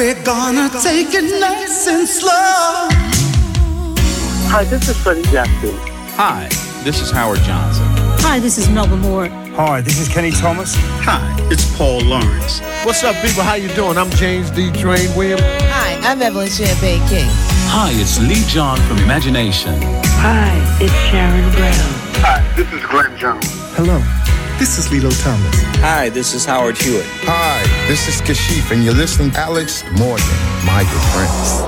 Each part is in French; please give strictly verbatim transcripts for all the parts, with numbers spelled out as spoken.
We're gonna take it nice and slow. Hi, this is Freddie Jackson. Hi, this is Howard Johnson. Hi, this is Melba Moore. Hi, this is Kenny Thomas. Hi, it's Paul Lawrence. What's up, people? How you doing? I'm James D. Train Williams. Hi, I'm Evelyn Champagne King. Hi, it's Lee John from Imagination. Hi, it's Sharon Brown. Hi, this is Glenn Jones. Hello, this is Lilo Thomas. Hi, this is Howard Hewitt. Hi, this is Kashif, and you're listening to Alex Morgan, my good friends.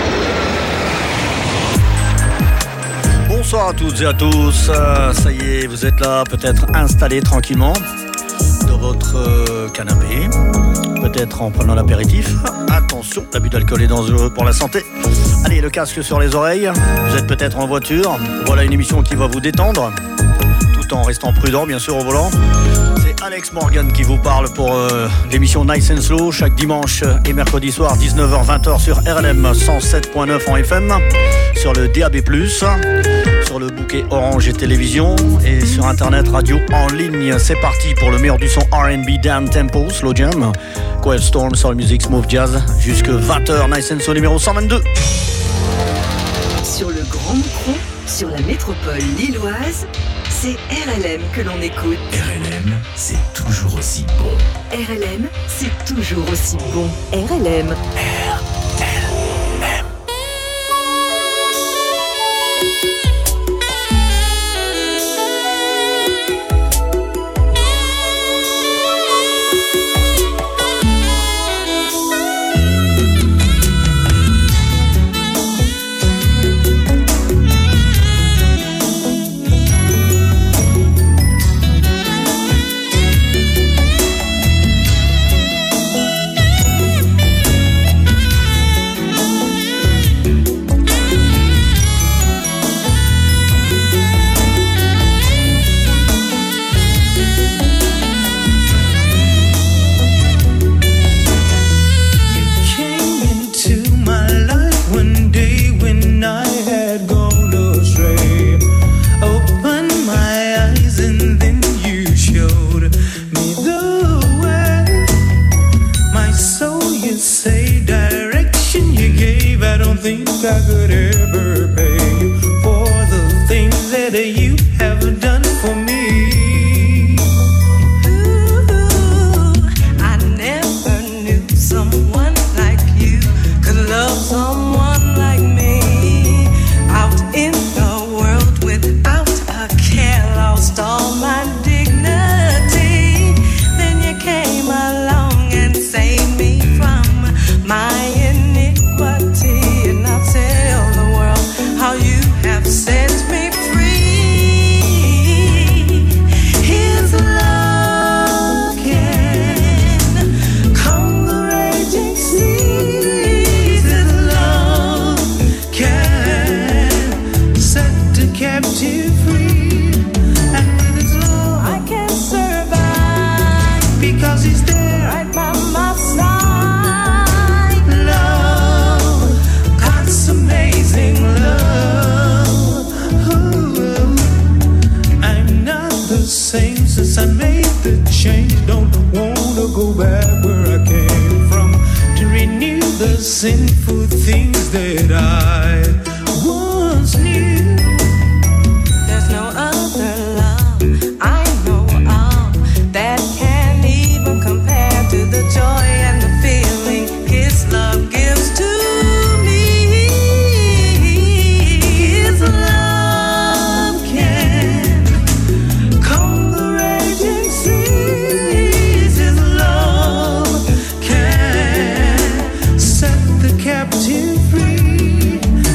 Bonsoir à toutes et à tous, euh, ça y est, vous êtes là, peut-être installés tranquillement dans votre euh, canapé, peut-être en prenant l'apéritif. Attention, l'abus d'alcool est dangereux pour la santé. Allez, le casque sur les oreilles, vous êtes peut-être en voiture, voilà une émission qui va vous détendre, tout en restant prudent bien sûr au volant. C'est Alex Morgan qui vous parle pour euh, l'émission Nice and Slow, chaque dimanche et mercredi soir, dix-neuf heures vingt sur R L M cent sept point neuf en F M, sur le D A B plus, sur le bouquet Orange et Télévision et sur internet radio en ligne. C'est parti pour le meilleur du son R and B, down tempo, slow jam, Quiet Storm, soul music, smooth jazz, jusque vingt heures. Nice and Slow numéro cent vingt-deux. Sur le Grand Micron, sur la métropole lilloise, c'est R L M que l'on écoute. R L M, c'est toujours aussi bon. R L M, c'est toujours aussi bon. R L M. R L M. I could ever pay you for the things that you have done for me. Ooh, I never knew someone like you could love someone like me. Out in the world without a care, lost all my dignity. Then you came along and saved me from my iniquity. Tell the world how you have set me free. His love can calm the raging seas. His love can set the captive free. And with his love I can survive, because he's there right by my side. Amazing love. Ooh, I'm not the same since I made the change. Don't wanna go back where I came from to renew the sinful things that I once knew. There's no other love I know of that can even compare to the joy and the feeling His love gives to captive free,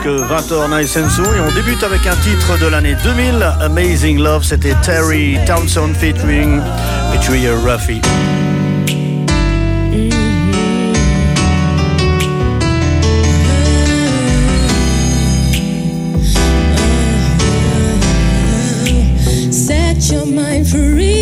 vingt heures Nice and Soul. Et on débute avec un titre de l'année deux mille, Amazing Love. C'était Terry Townsend featuring Petria Ruffy. Set your mind free.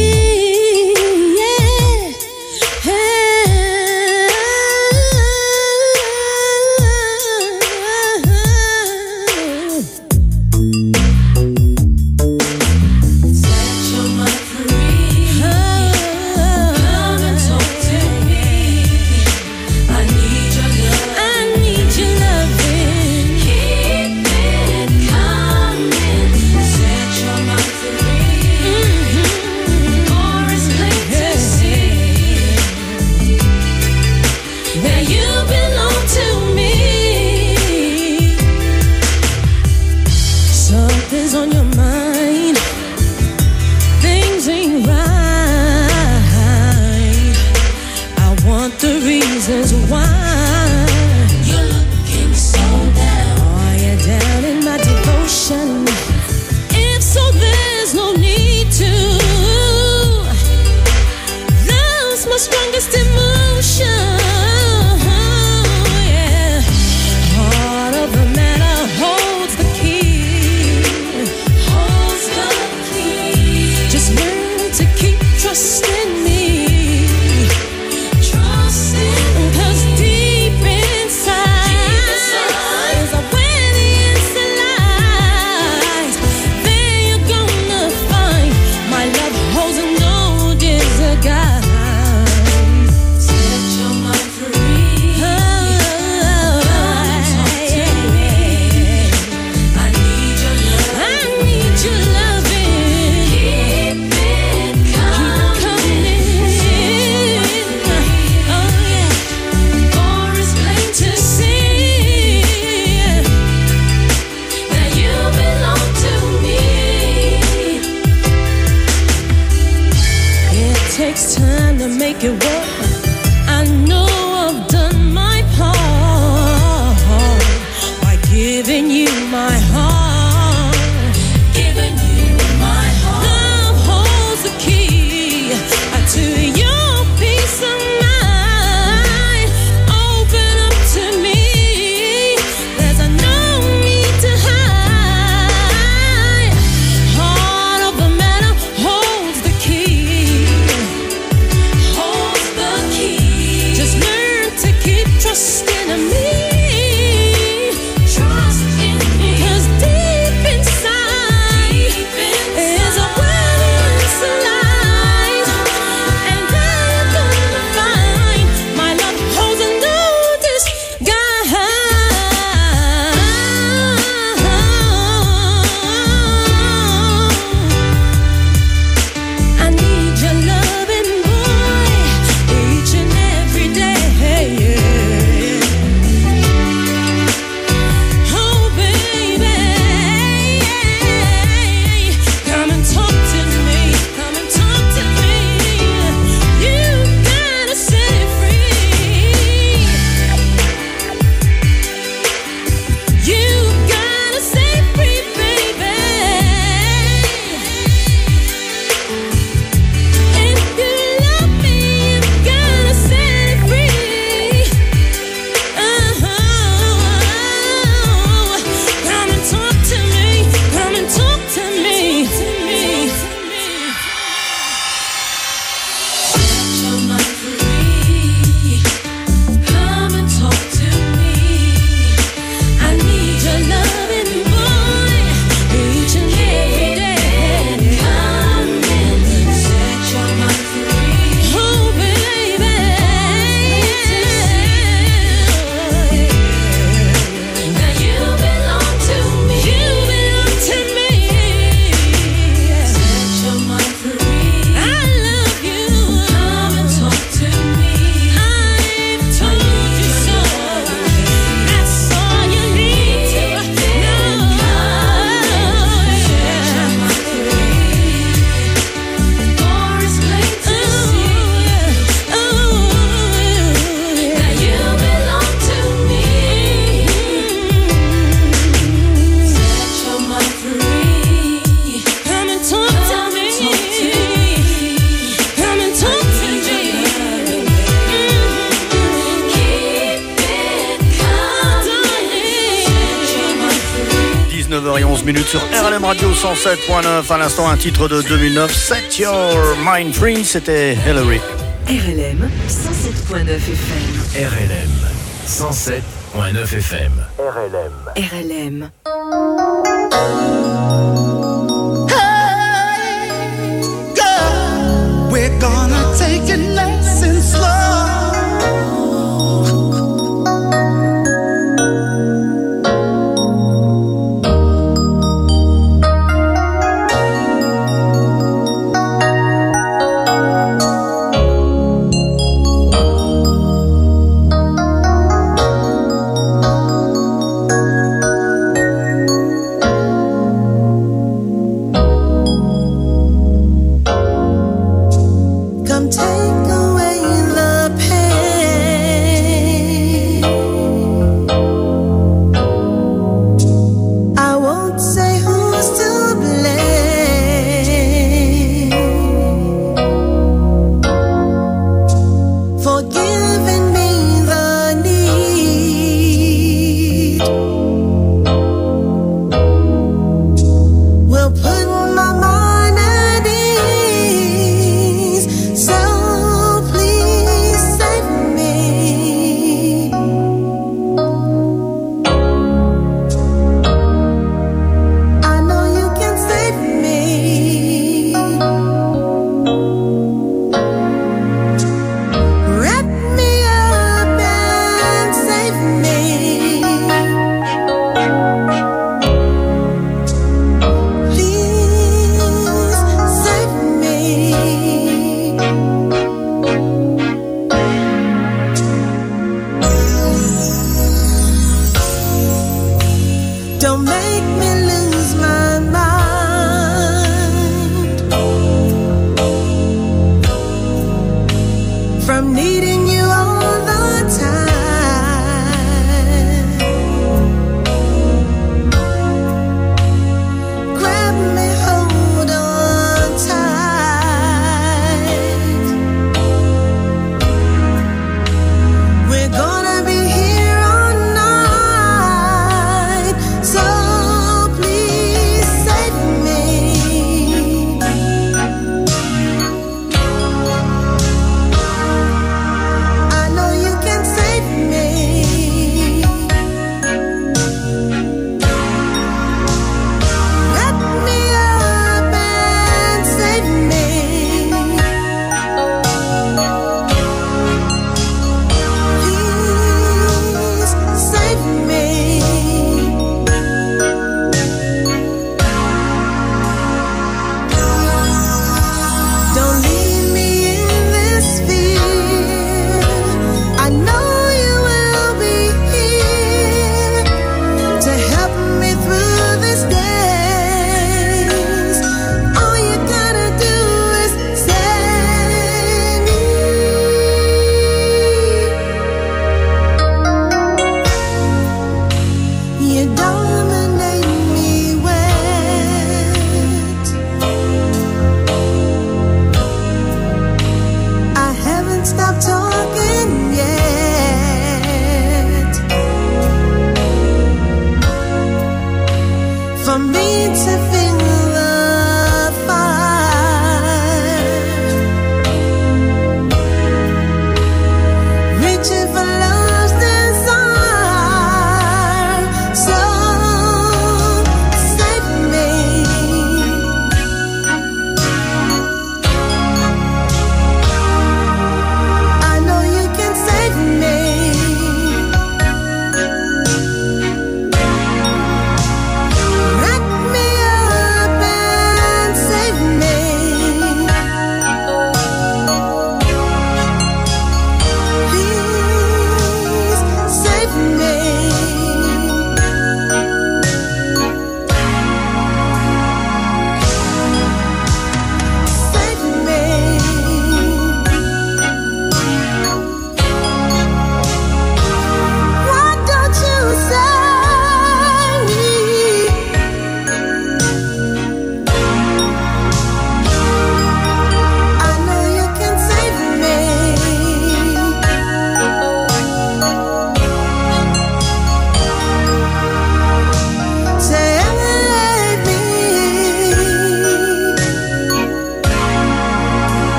Set your mind free. dix-neuf heures onze minutes sur R L M Radio cent sept point neuf. À l'instant, un titre de deux mille neuf, Set Your Mind Free, c'était Hillary. R L M cent sept point neuf F M. R L M cent sept point neuf F M. R L M. R L M. Hey, girl, we're gonna take it nice and slow.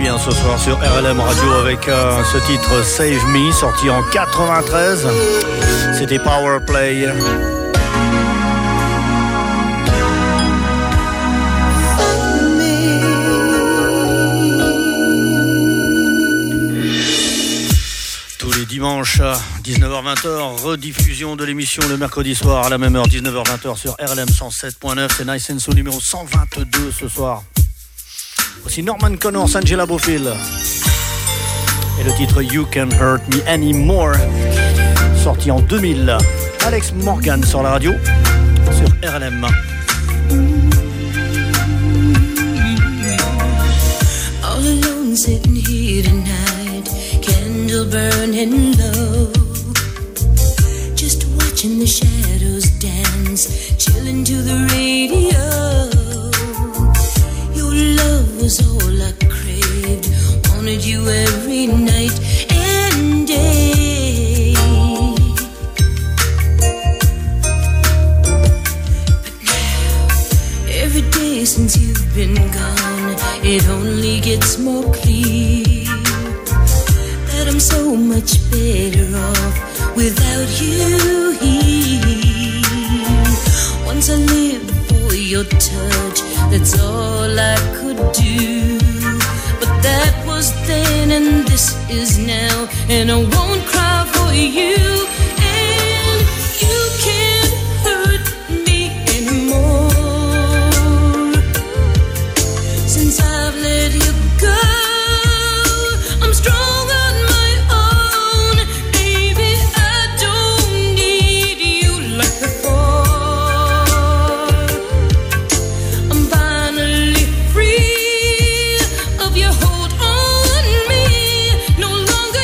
bien ce soir sur R L M Radio avec euh, ce titre Save Me, sorti en quatre-vingt-treize. C'était Power Play. Dimanche à dix-neuf heures vingt, rediffusion de l'émission le mercredi soir à la même heure, dix-neuf heures vingt sur R L M cent sept point neuf. C'est Nice and Soul numéro cent vingt-deux ce soir. Aussi Norman Connors, Angela Bofill et le titre You Can't Hurt Me Anymore, sorti en deux mille. Alex Morgan sur la radio sur R L M. All alone sitting here tonight, candle burning low, just watching the shadows dance, chilling to the radio. Your love was all I craved, wanted you every night and day. But now, every day since you've been gone, it only gets more clear that I'm so much better off without you here. Once I lived for your touch, that's all I could do. But that was then and this is now, and I won't cry for you. And you can't hurt me anymore. Since I've let you go, I'm strong on my own. Baby, I don't need you like before. I'm finally free of your hold on me, no longer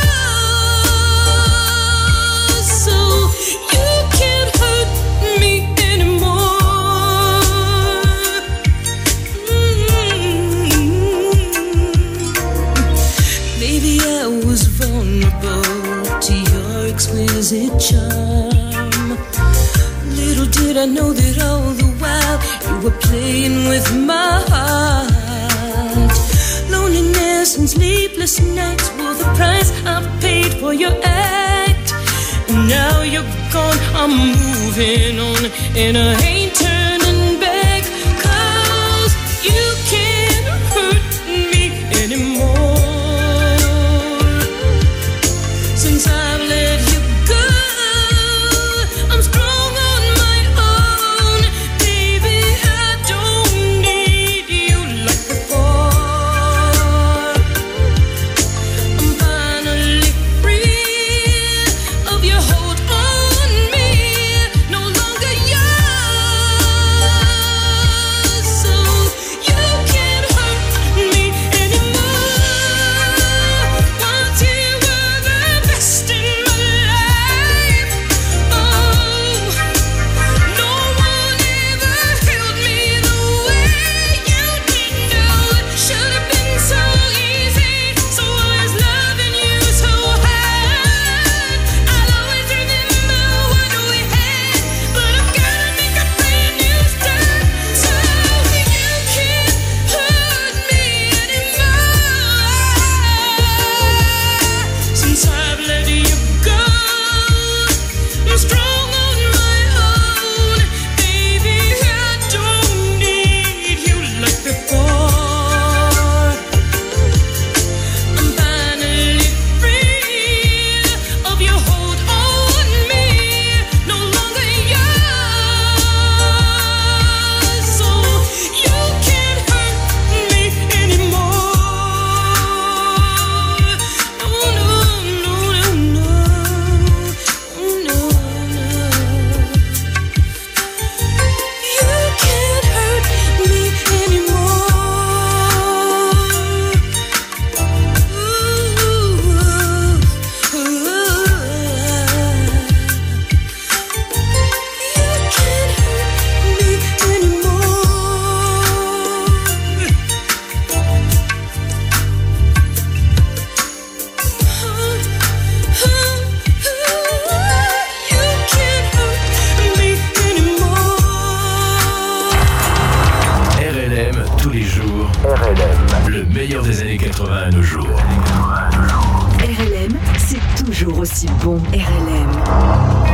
yours. So you can't hurt me anymore. Maybe I was vulnerable to your exquisite charm. Little did I know that all the while you were playing with my heart. Loneliness and sleepless nights were the price I paid for your act. And now you're gone, I'm moving on, and I ain't turning back. 'Cause you can't hurt me anymore. Since I've let you go, I'm strong on my own. Baby, I don't need you like before. I'm finally free of your hold on me, no longer yours. les jours, R L M. Le meilleur des années quatre-vingts à nos jours. R L M, c'est toujours aussi bon. R L M.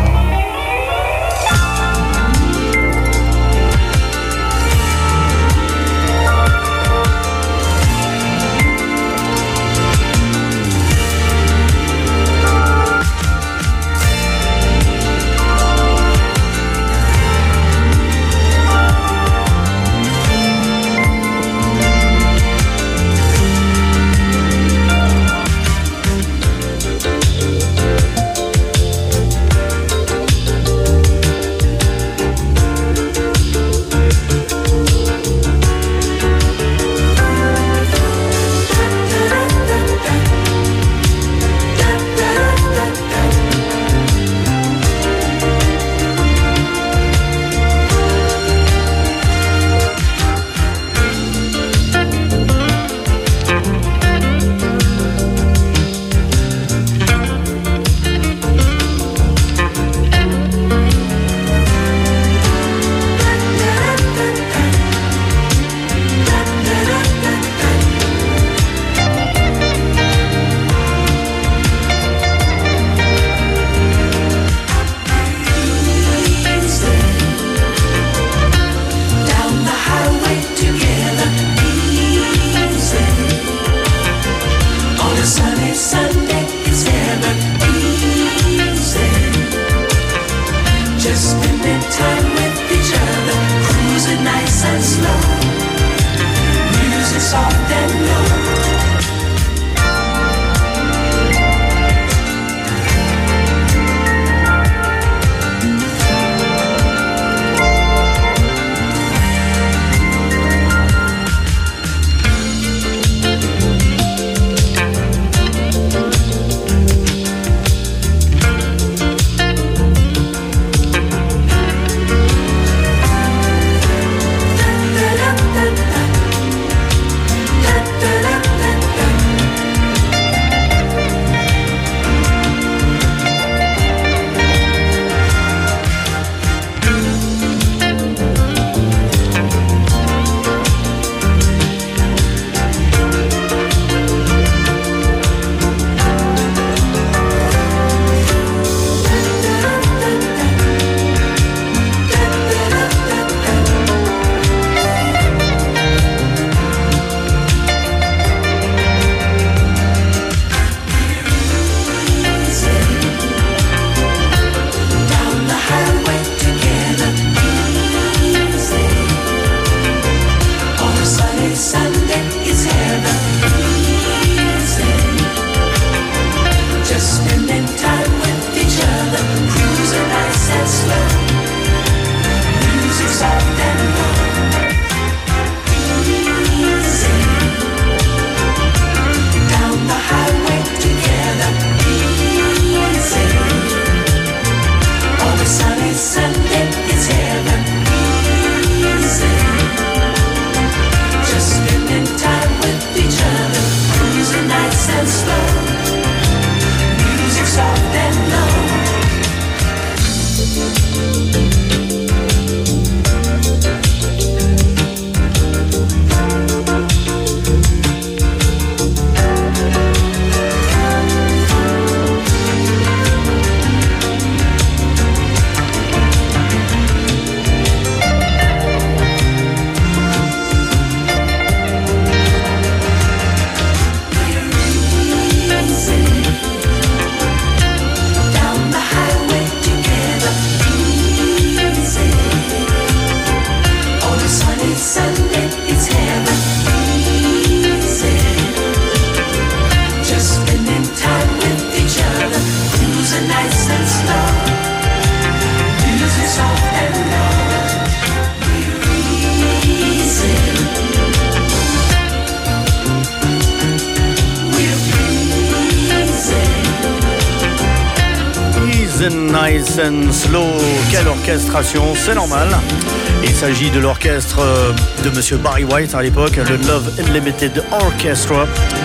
Nice and Slow, quelle orchestration, c'est normal. Il s'agit de l'orchestre de Monsieur Barry White à l'époque, le Love Unlimited Orchestra.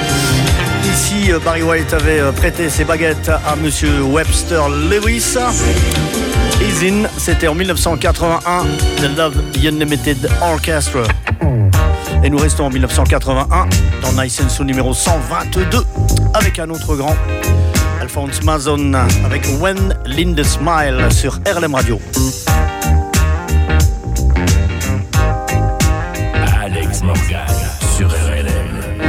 Ici, Barry White avait prêté ses baguettes à Monsieur Webster Lewis. Ease In, c'était en mille neuf cent quatre-vingt-un, The Love Unlimited Orchestra. Et nous restons en mille neuf cent quatre-vingt-un dans Nice and Soul numéro cent vingt-deux avec un autre grand, Alphonse Mason, avec When Linda Smile sur R L M Radio. Alex Morgan sur R L M.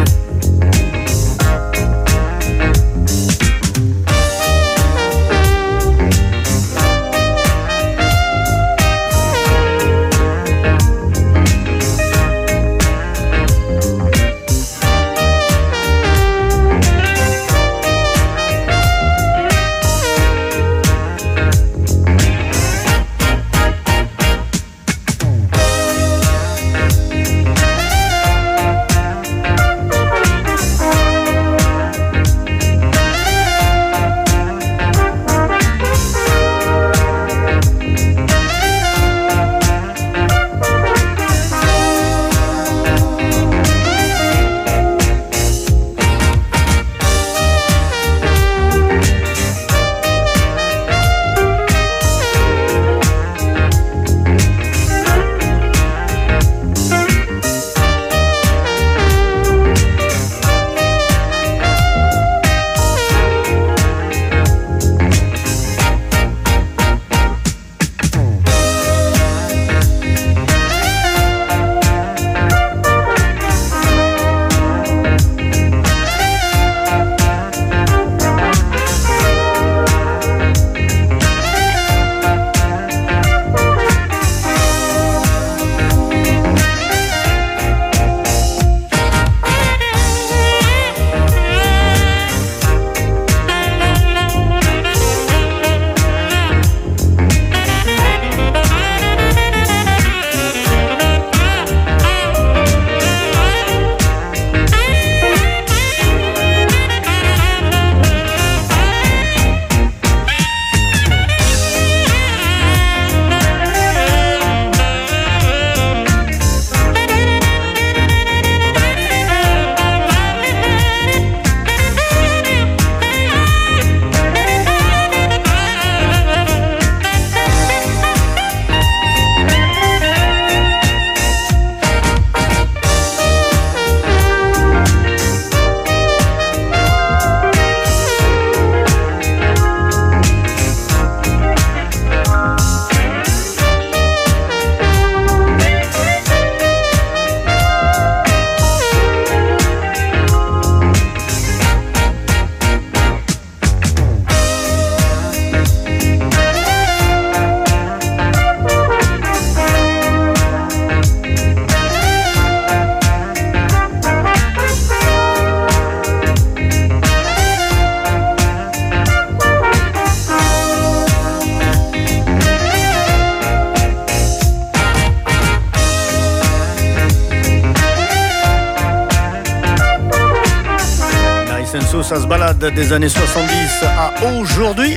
Ça se balade des années soixante-dix à aujourd'hui.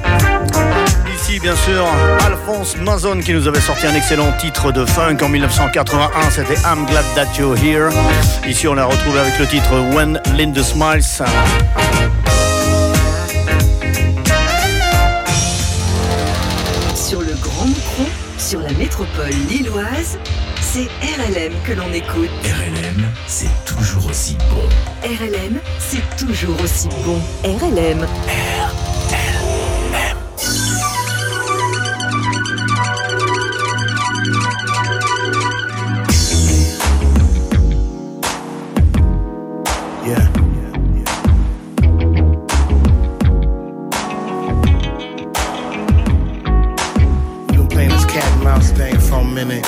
Ici, bien sûr, Alphonse Mason qui nous avait sorti un excellent titre de funk en mille neuf cent quatre-vingt-un. C'était I'm Glad That You're Here. Ici, on l'a retrouvé avec le titre When Linda Smiles. Sur le Grand Moucron, sur la métropole lilloise, c'est R L M que l'on écoute. R L M, c'est toujours aussi bon. R L M, c'est toujours aussi bon. R L M. R L M. Yeah. We've been playing this cat and mouse thing for a minute.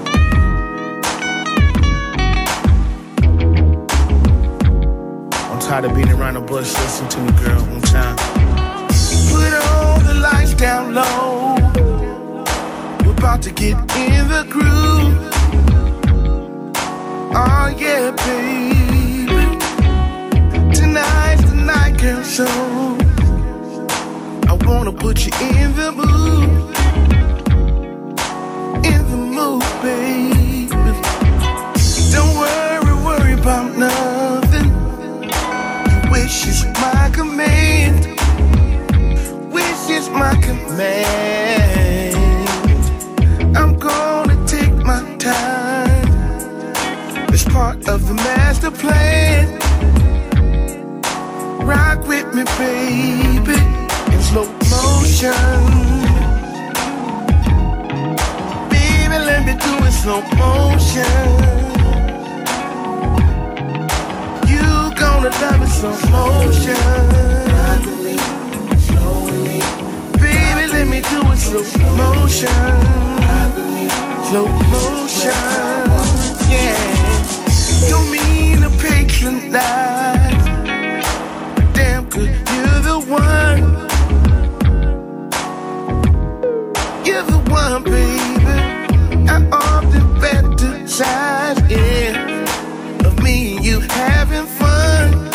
Tired of beating around the bush, listen to me, girl, one time. Put all the lights down low. We're about to get in the groove. Oh yeah, baby. Tonight's the night, girl, so I wanna put you in the mood. In the mood, baby. Don't worry, worry about nothing. Wish is my command. Wish is my command. I'm gonna take my time. It's part of the that's the plan. Rock with me, baby, in slow motion. Baby, let me do it slow motion. You gonna love it slow motion. Baby, let me do it slow motion. Slow motion, yeah. Don't mean to patronize, damn good, you're the one. You're the one, baby. I often fantasize, yeah, of me and you having fun.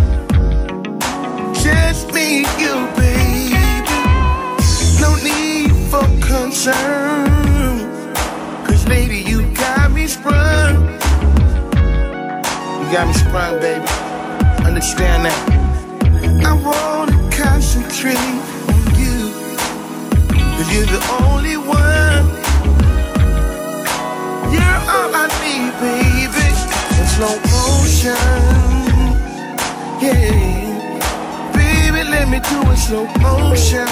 Just me and you, baby. No need for concern. Baby, you got me sprung. You got me sprung, baby. Understand that. I wanna concentrate on you, cause you're the only one. You're all I need, baby. In slow motion, yeah. Baby, let me do it slow motion.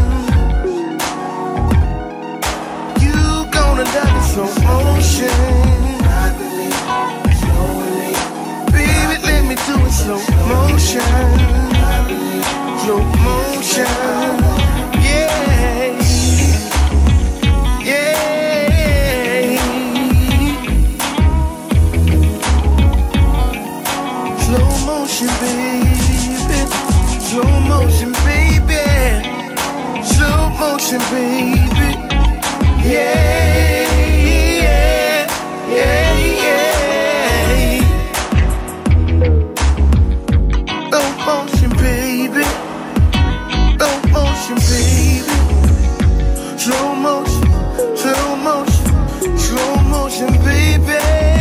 Love is slow motion. Baby, let me do it slow motion. Slow motion. Yeah. Yeah. Slow motion, baby. Slow motion, baby. Slow motion, baby. Yeah, yeah, yeah, yeah. Slow motion, baby. Slow motion, baby. Slow motion, slow motion, slow motion, baby.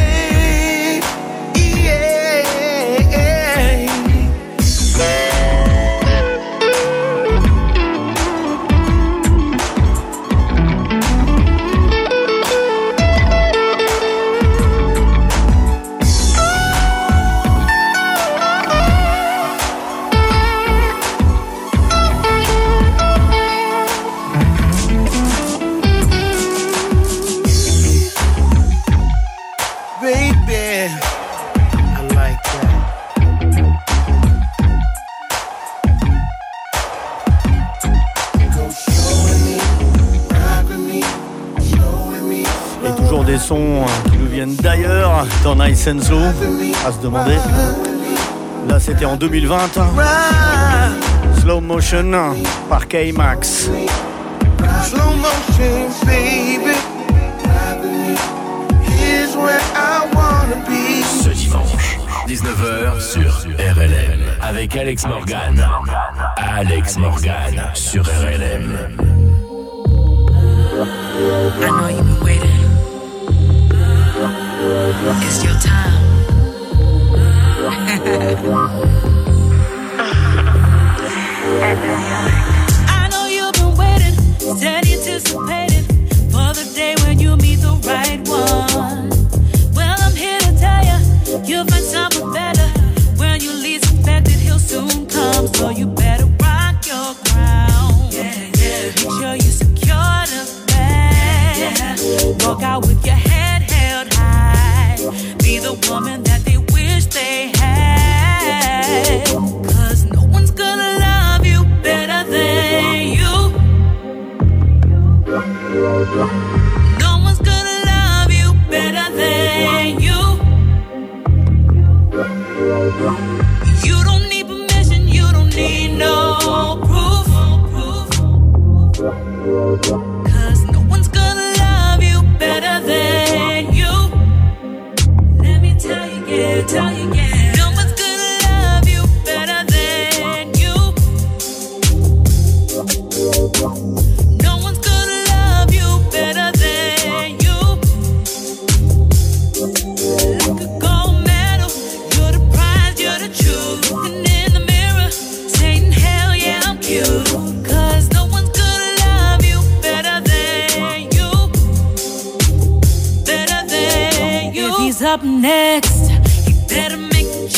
Sons qui nous viennent d'ailleurs dans Nice and Slow, à se demander. Là c'était en deux mille vingt. Slow Motion par K-Max. Slow motion, baby. Here's where I wanna be. Ce dimanche, dix-neuf heures sur R L M avec Alex Morgan. Alex Morgan sur R L M. I know you've been waiting. It's your time. I know you've been waiting, steady anticipating for the day when you meet the right one. Well, I'm here to tell you, you'll find someone better. When you least expect it, he'll soon come. So you better rock your crown. Yeah, yeah. Make sure you secure the bag. Yeah. Walk out with your head held high. Be the woman that they wish they had. Cause no one's gonna love you better than you. No one's gonna love you better than you. You don't need permission, you don't need no proof. Cause no one's gonna love you better than you. Let me tell you, yeah, tell you, yeah. No one's gonna love you better than you. No one's gonna love you better than you. Like a gold medal, you're the prize, you're the truth. Looking in the mirror, saying, hell yeah, I'm cute. Cause no one's gonna love you better than you. Better than you. If he's up next, he better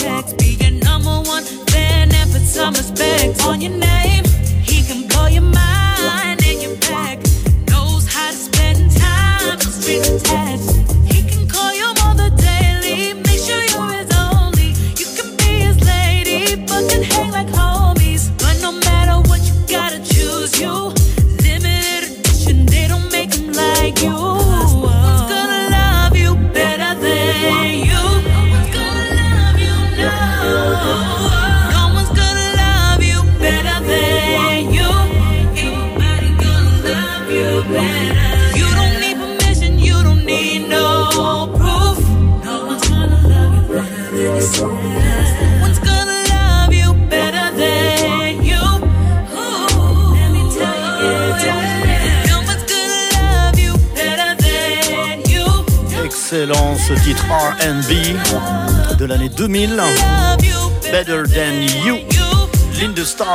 text. Be your number one fan and put some respect on your name. He can blow your mind and your back. Knows how to spend time, no strings attached. He can call your mother daily. Make sure you're his only. You can be his lady, but can hang like homies. But no matter what, you gotta choose you. Limited edition, they don't make them like you. Who's gonna love you better than you? No one's gonna love you, no. No one's gonna love you better than you. Ain't nobody gonna love you better. You don't need permission, you don't need no proof. No one's gonna love you better than yourself. No one's gonna love you better than you. Ooh, let me tell you, yeah. No one's gonna love you better than you. Excellent ce titre R and B de l'année deux mille. Better Than You, Linda Starr.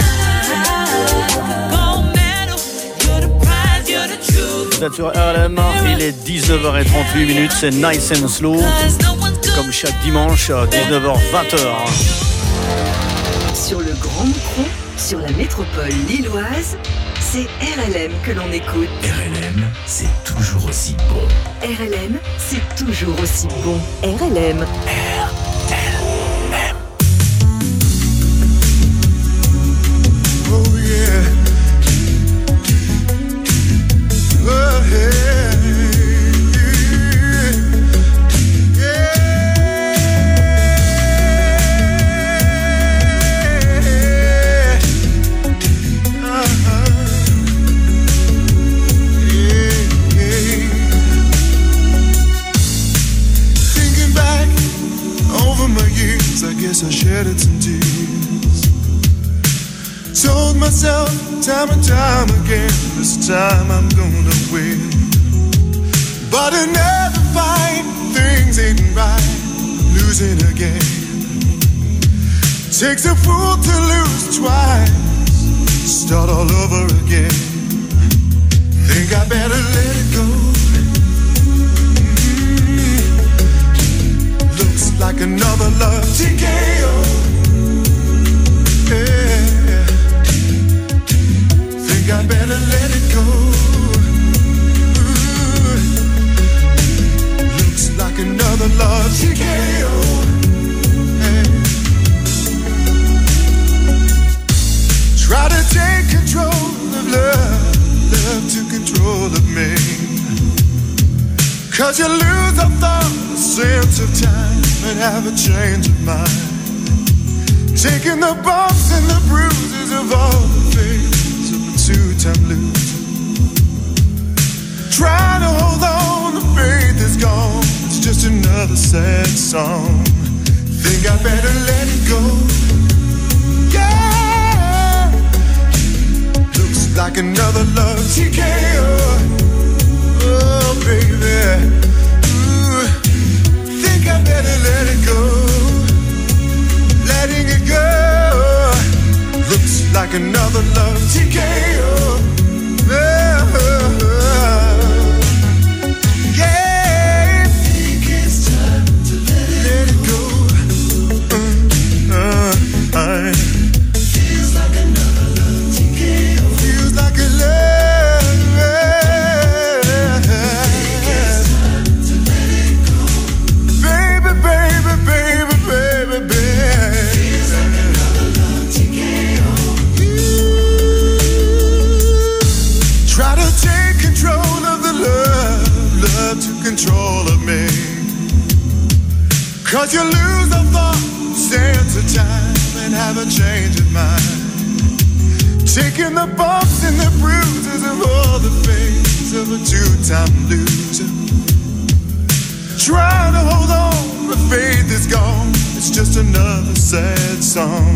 Vous êtes sur R L M, il est dix-neuf heures trente-huit minutes, c'est Nice and Slow, comme chaque dimanche, dix-neuf heures vingt. Sur le Grand Micron, sur la métropole lilloise, c'est R L M que l'on écoute. R L M, c'est toujours aussi bon. R L M, c'est toujours aussi bon. R L M. R L M. Oh yeah. Oh yeah. I guess I shedded some tears. Told myself time and time again, this time I'm gonna win. But another fight, things ain't right, losing again. Takes a fool to lose twice, start all over again. Think I better let it go. Like another love T K O. Yeah. Think I better let it go. Ooh. Looks like another love T K O. Yeah. Try to take control of love, love to control of me. Cause you lose a thought, a sense of time, and have a change of mind. Taking the bumps and the bruises of all the failures of a two-time loser. Trying to hold on, the faith is gone. It's just another sad song. Think I better let it go. Yeah. Looks like another love T K O. Oh, baby. Ooh. Think I better let it go. Letting it go. Looks like another love T K O. Oh, yeah. Think it's time to let it, let it go. Uh, uh, I feels like another love T K O. Feels like a love. Control of me. Cause you lose a thought, sense of time, and have a change of mind. Taking the bumps and the bruises of all the fates of a two-time loser. Trying to hold on, but faith is gone. It's just another sad song.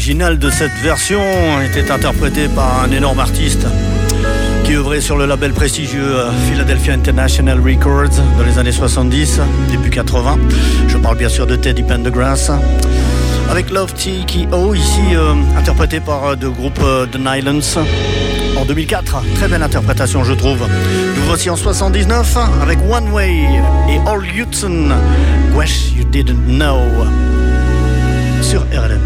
originale de cette version était interprétée par un énorme artiste qui œuvrait sur le label prestigieux Philadelphia International Records dans les années soixante-dix, début quatre-vingts. Je parle bien sûr de Teddy Pendergrass. Avec Love T K O, ici euh, interprété par euh, le groupe euh, The Nylons en deux mille quatre. Très belle interprétation, je trouve. Nous voici en soixante-dix-neuf avec One Way et All Hudson. Wish You Didn't Know sur R L M.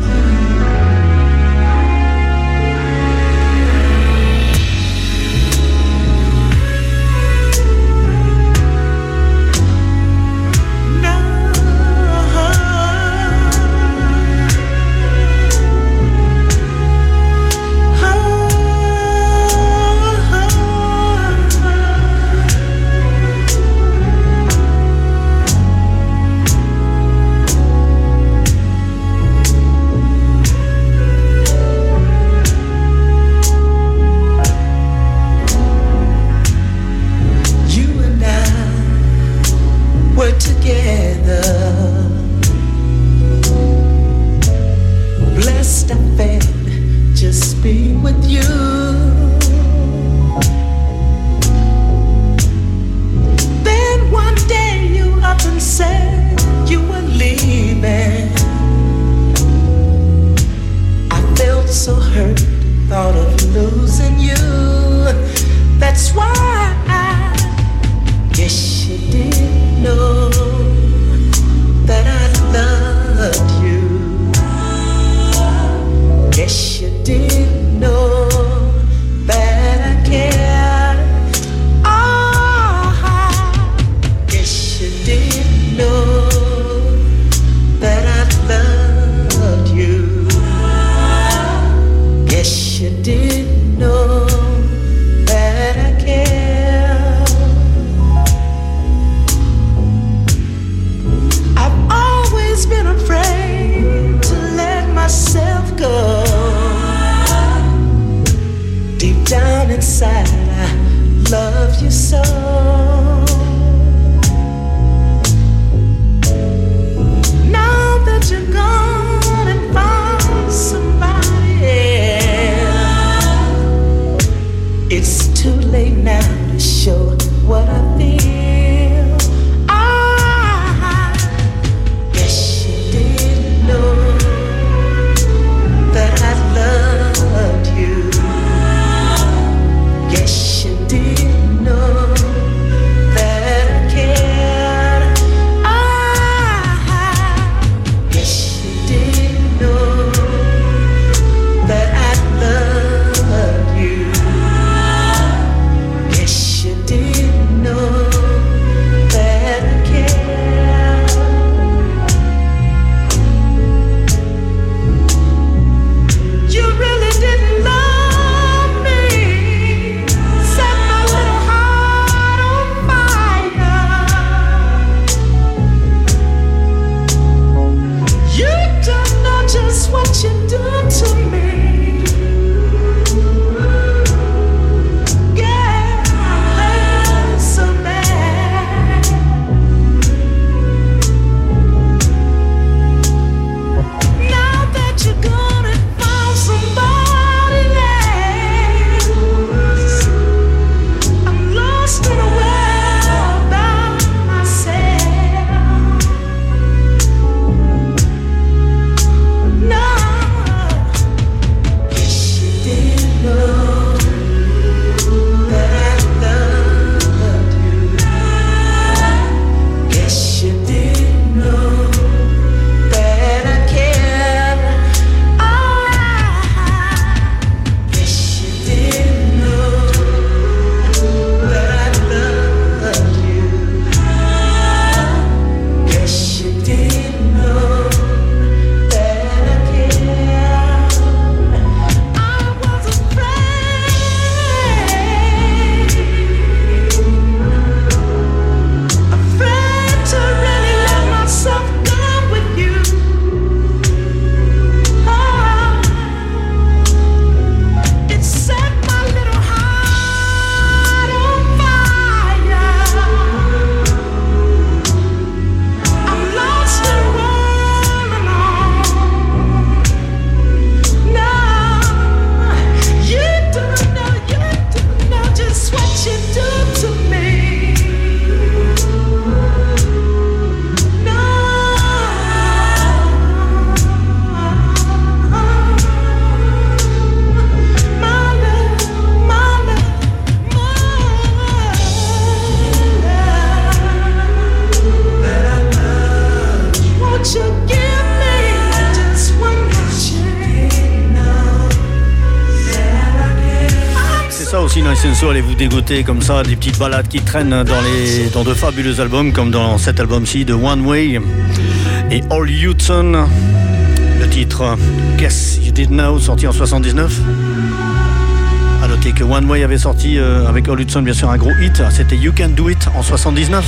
Dirty Nice and Slow, allez vous dégoter comme ça, des petites balades qui traînent dans, les, dans de fabuleux albums, comme dans cet album-ci de One Way et All Hudson. Le titre Guess You Didn't Know, sorti en soixante-dix-neuf. A noter que One Way avait sorti euh, avec All Hudson bien sûr un gros hit, c'était You Can Do It en soixante-dix-neuf.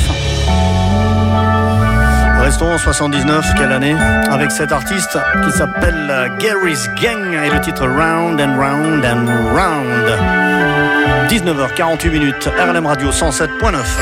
Restons en soixante-dix-neuf, quelle année, avec cet artiste qui s'appelle Gary's Gang et le titre Round and Round and Round. dix-neuf heures quarante-huit minutes, R L M Radio cent sept point neuf.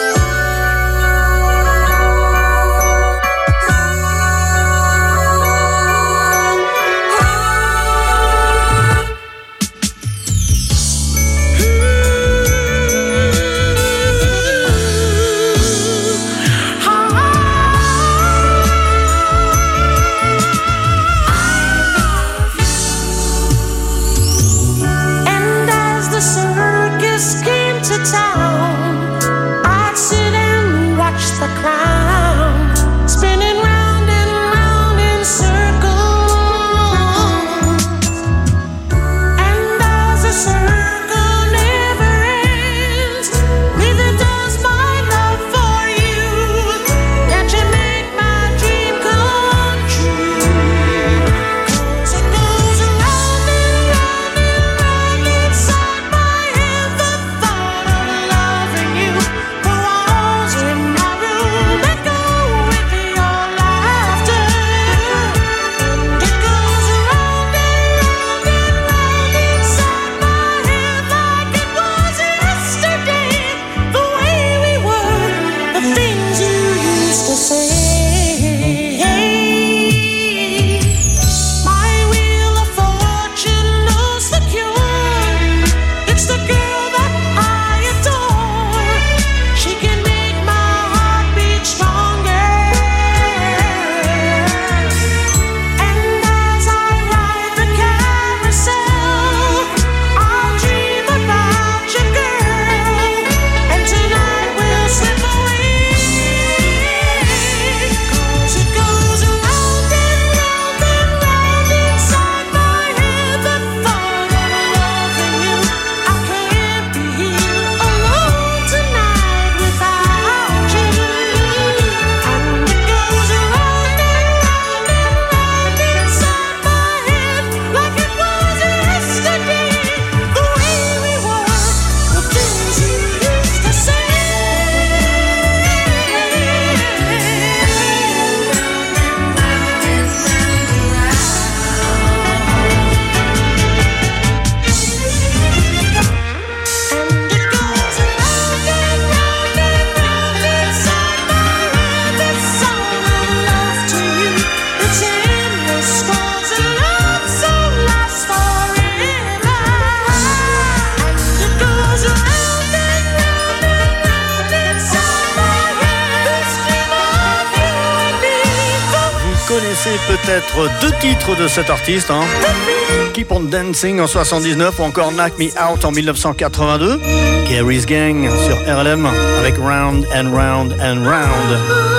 Peut-être deux titres de cet artiste, hein. Keep on Dancing en soixante-dix-neuf ou encore Knock Me Out en mille neuf cent quatre-vingt-deux. Gary's Gang sur R L M avec Round and Round and Round.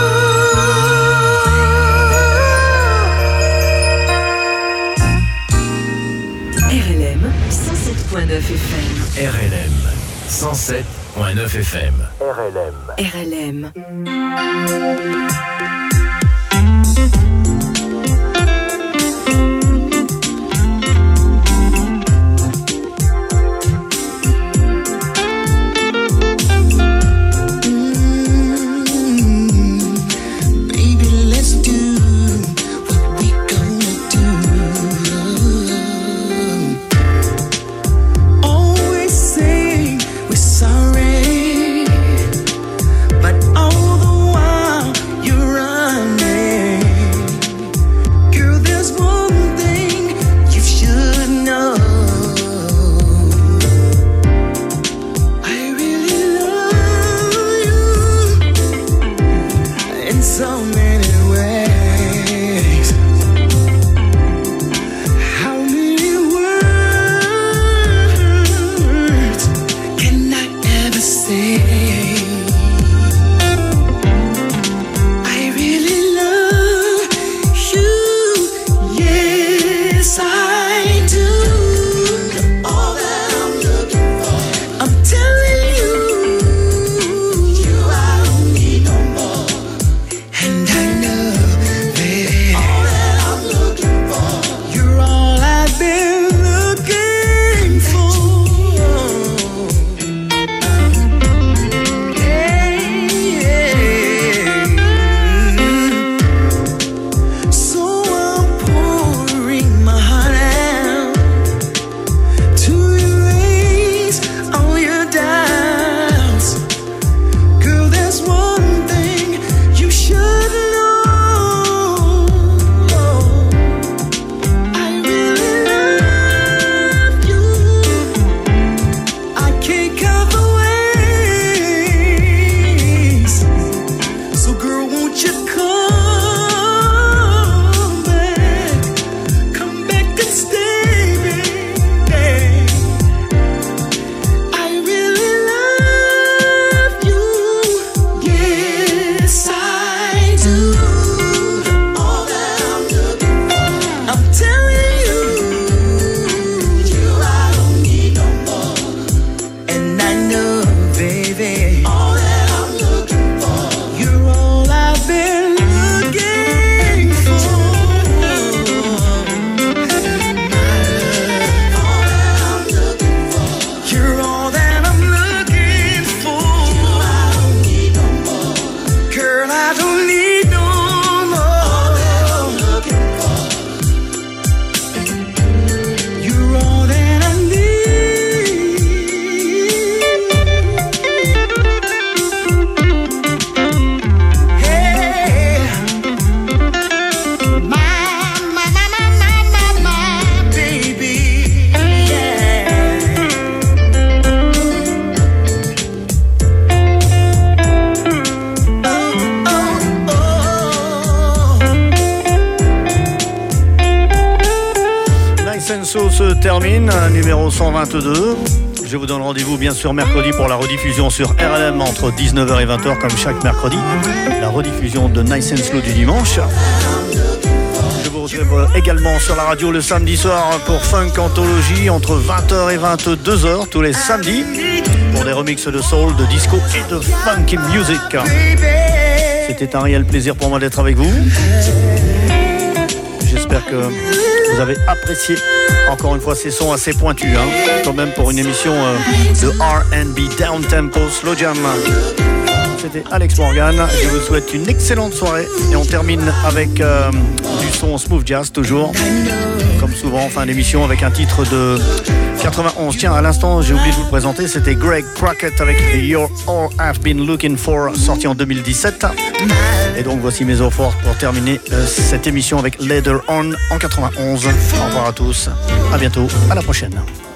R L M cent sept point neuf F M. R L M cent sept point neuf F M. R L M. R L M. But all the while you're Se termine, numéro cent vingt-deux. Je vous donne rendez-vous bien sûr mercredi pour la rediffusion sur R L M entre dix-neuf heures et vingt heures comme chaque mercredi. La rediffusion de Nice and Slow du dimanche. Je vous retrouve également sur la radio le samedi soir pour Funk Anthologie entre vingt heures et vingt-deux heures tous les samedis pour des remixes de soul, de disco et de funky music. C'était un réel plaisir pour moi d'être avec vous. J'espère que vous avez apprécié encore une fois ces sons assez pointus, hein, quand même pour une émission euh, de R and B down tempo slow jam. C'était Alex Morgan. Je vous souhaite une excellente soirée et on termine avec euh, du son smooth jazz toujours, comme souvent en fin d'émission avec un titre de quatre-vingt-onze. Tiens, à l'instant, j'ai oublié de vous le présenter, c'était Greg Crockett avec You're All I've Been Looking For, sorti en deux mille dix-sept. Et donc voici mes eaux fortes pour terminer euh, cette émission avec Later On en quatre-vingt-onze. Au revoir à tous, à bientôt, à la prochaine.